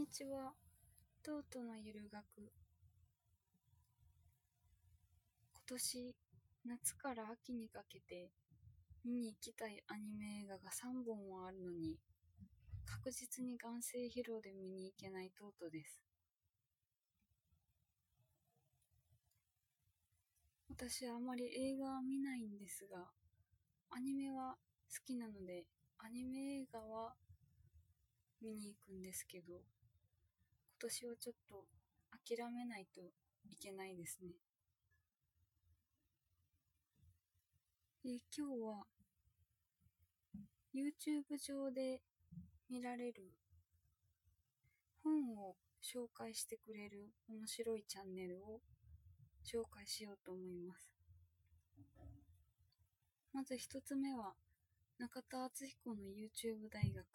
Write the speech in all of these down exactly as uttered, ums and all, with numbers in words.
にちは。トートのゆる学。今年夏から秋にかけて見に行きたいアニメ映画がさんぼんもあるのに、確実に眼精疲労で見に行けないトートです。私はあまり映画は見ないんですが、アニメは好きなので、アニメ映画は見に行くんですけど、今年はちょっと諦めないといけないですね。え今日は YouTube 上で見られる本を紹介してくれる面白いチャンネルを紹介しようと思います。まず一つ目は中田敦彦の YouTube 大学。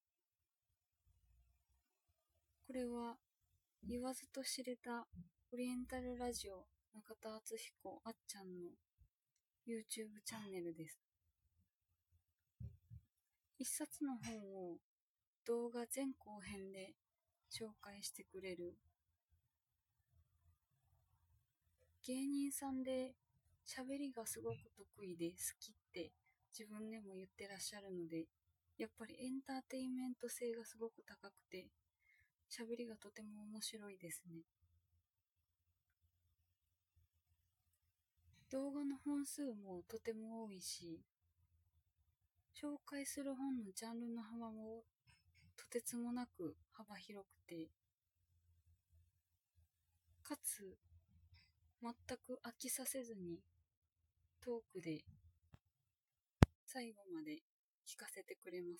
これは言わずと知れたオリエンタルラジオ中田敦彦あっちゃんの YouTube チャンネルです。一冊の本を動画前後編で紹介してくれる芸人さんで、喋りがすごく得意で好きって自分でも言ってらっしゃるので、やっぱりエンターテインメント性がすごく高くて、喋りがとても面白いですね。動画の本数もとても多いし、紹介する本のジャンルの幅もとてつもなく幅広くて、かつ全く飽きさせずにトークで最後まで聞かせてくれます。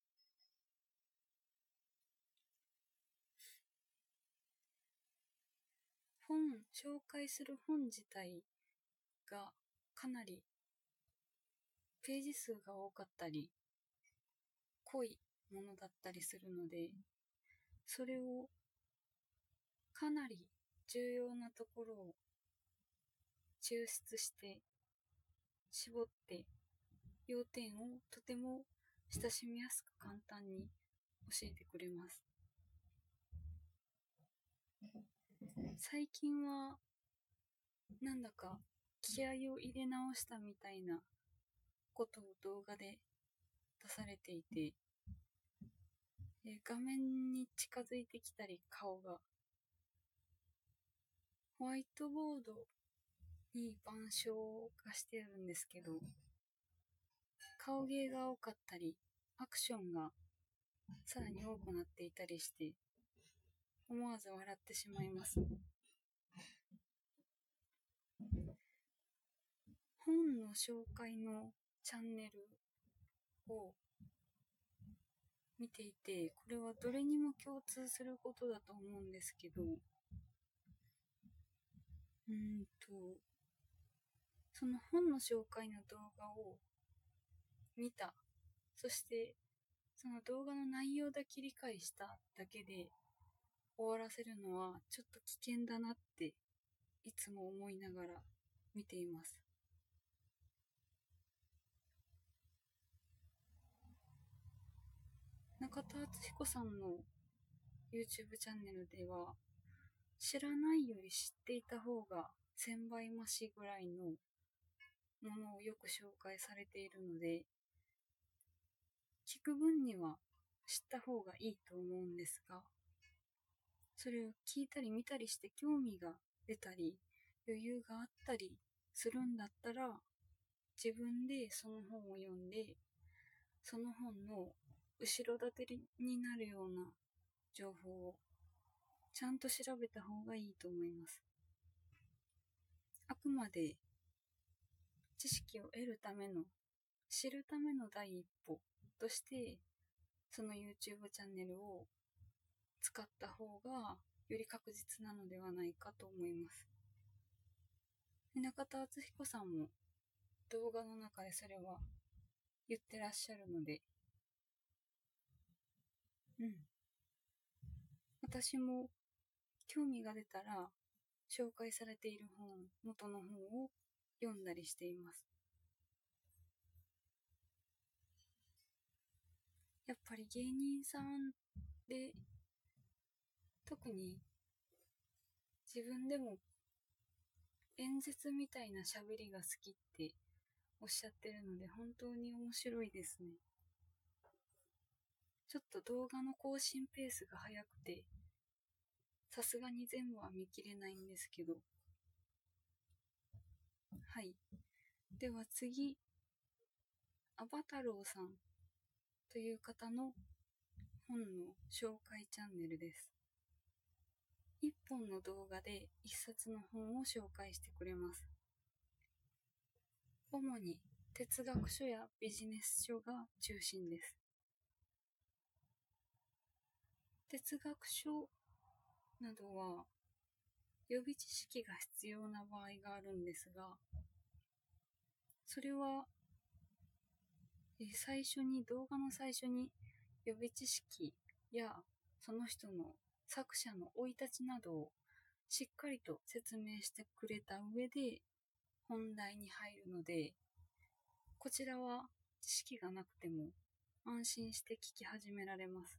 本、紹介する本自体がかなりページ数が多かったり濃いものだったりするので、それをかなり重要なところを抽出して絞って要点をとても親しみやすく簡単に教えてくれます。最近はなんだか気合を入れ直したみたいなことを動画で出されていて、画面に近づいてきたり顔がホワイトボードに板書がしてあるんですけど、顔芸が多かったりアクションがさらに多くなっていたりして思わず笑ってしまいます。本の紹介のチャンネルを見ていて、これはどれにも共通することだと思うんですけど、うーんとその本の紹介の動画を見た、そしてその動画の内容だけ理解しただけで終わらせるのはちょっと危険だなっていつも思いながら見ています。中田敦彦さんの YouTube チャンネルでは、知らないより知っていた方が千倍増しぐらいのものをよく紹介されているので、聞く分には知った方がいいと思うんですが、それを聞いたり見たりして興味が出たり余裕があったりするんだったら、自分でその本を読んで、その本の後ろ盾になるような情報をちゃんと調べた方がいいと思います。あくまで知識を得るための、知るための第一歩としてその YouTube チャンネルを使った方がより確実なのではないかと思います。中田敦彦さんも動画の中でそれは言ってらっしゃるので、うん。私も興味が出たら紹介されている本、元の本を読んだりしています。やっぱり芸人さんで特に自分でも演説みたいな喋りが好きっておっしゃってるので、本当に面白いですね。ちょっと動画の更新ペースが速くて、さすがに全部は見切れないんですけど。はい。では次、アバタローさんという方の本の紹介チャンネルです。一本の動画で一冊の本を紹介してくれます。主に哲学書やビジネス書が中心です。哲学書などは予備知識が必要な場合があるんですが、それは最初に動画の最初に予備知識やその人の作者の生い立ちなどをしっかりと説明してくれた上で本題に入るので、こちらは知識がなくても安心して聞き始められます。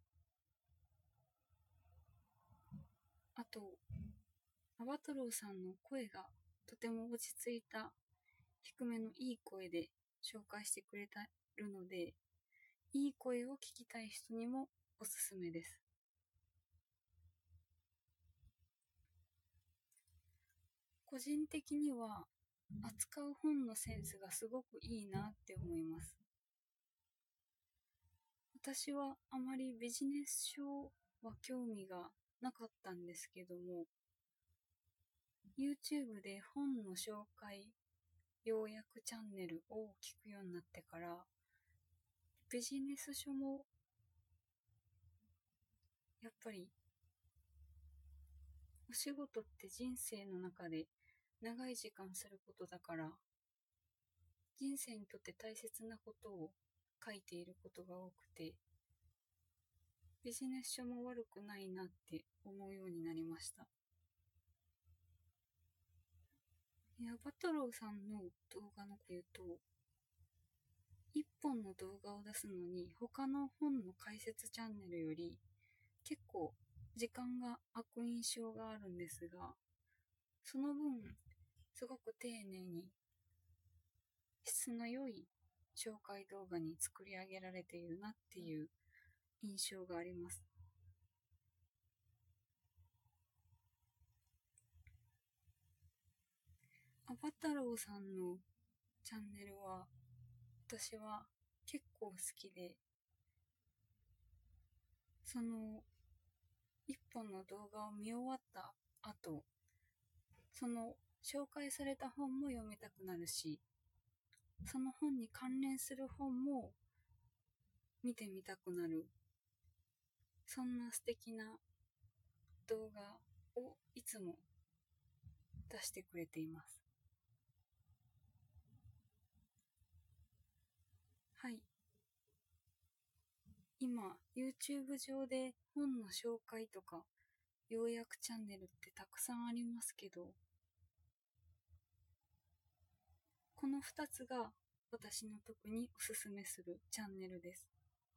あと、アバトローさんの声がとても落ち着いた低めのいい声で紹介してくれてるので、いい声を聞きたい人にもおすすめです。個人的には扱う本のセンスがすごくいいなって思います。私はあまりビジネス書は興味がなかったんですけども、YouTube で本の紹介要約チャンネルを聞くようになってから、ビジネス書もやっぱりお仕事って人生の中で長い時間することだから、人生にとって大切なことを書いていることが多くて、ビジネス書も悪くないなって思うようになりました。いや、バトローさんの動画の言うと、一本の動画を出すのに他の本の解説チャンネルより結構時間が空く印象があるんですが、その分すごく丁寧に質の良い紹介動画に作り上げられているなっていう印象があります。アバタローさんのチャンネルは私は結構好きで、その一本の動画を見終わった後、その紹介された本も読みたくなるし、その本に関連する本も見てみたくなる、そんな素敵な動画をいつも出してくれています。はい。今、YouTube 上で本の紹介とか要約チャンネルってたくさんありますけど、このふたつが私の特におすすめするチャンネルです。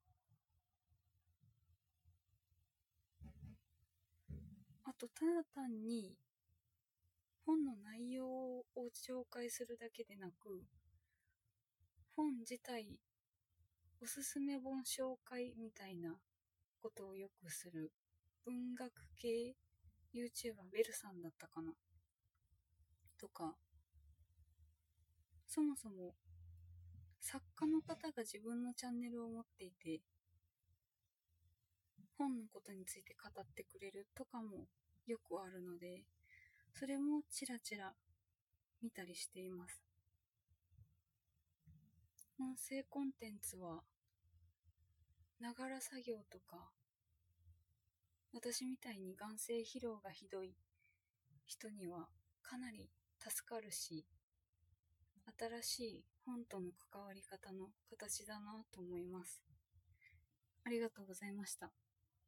あと、ただ単に本の内容を紹介するだけでなく、本自体、おすすめ本紹介みたいなことをよくする文学系 YouTuber ベルさんだったかなとか、そもそも作家の方が自分のチャンネルを持っていて、本のことについて語ってくれるとかもよくあるので、それもちらちら見たりしています。音声コンテンツはながら作業とか、私みたいに眼性疲労がひどい人にはかなり助かるし、新しい本との関わり方の形だなと思います。ありがとうございました。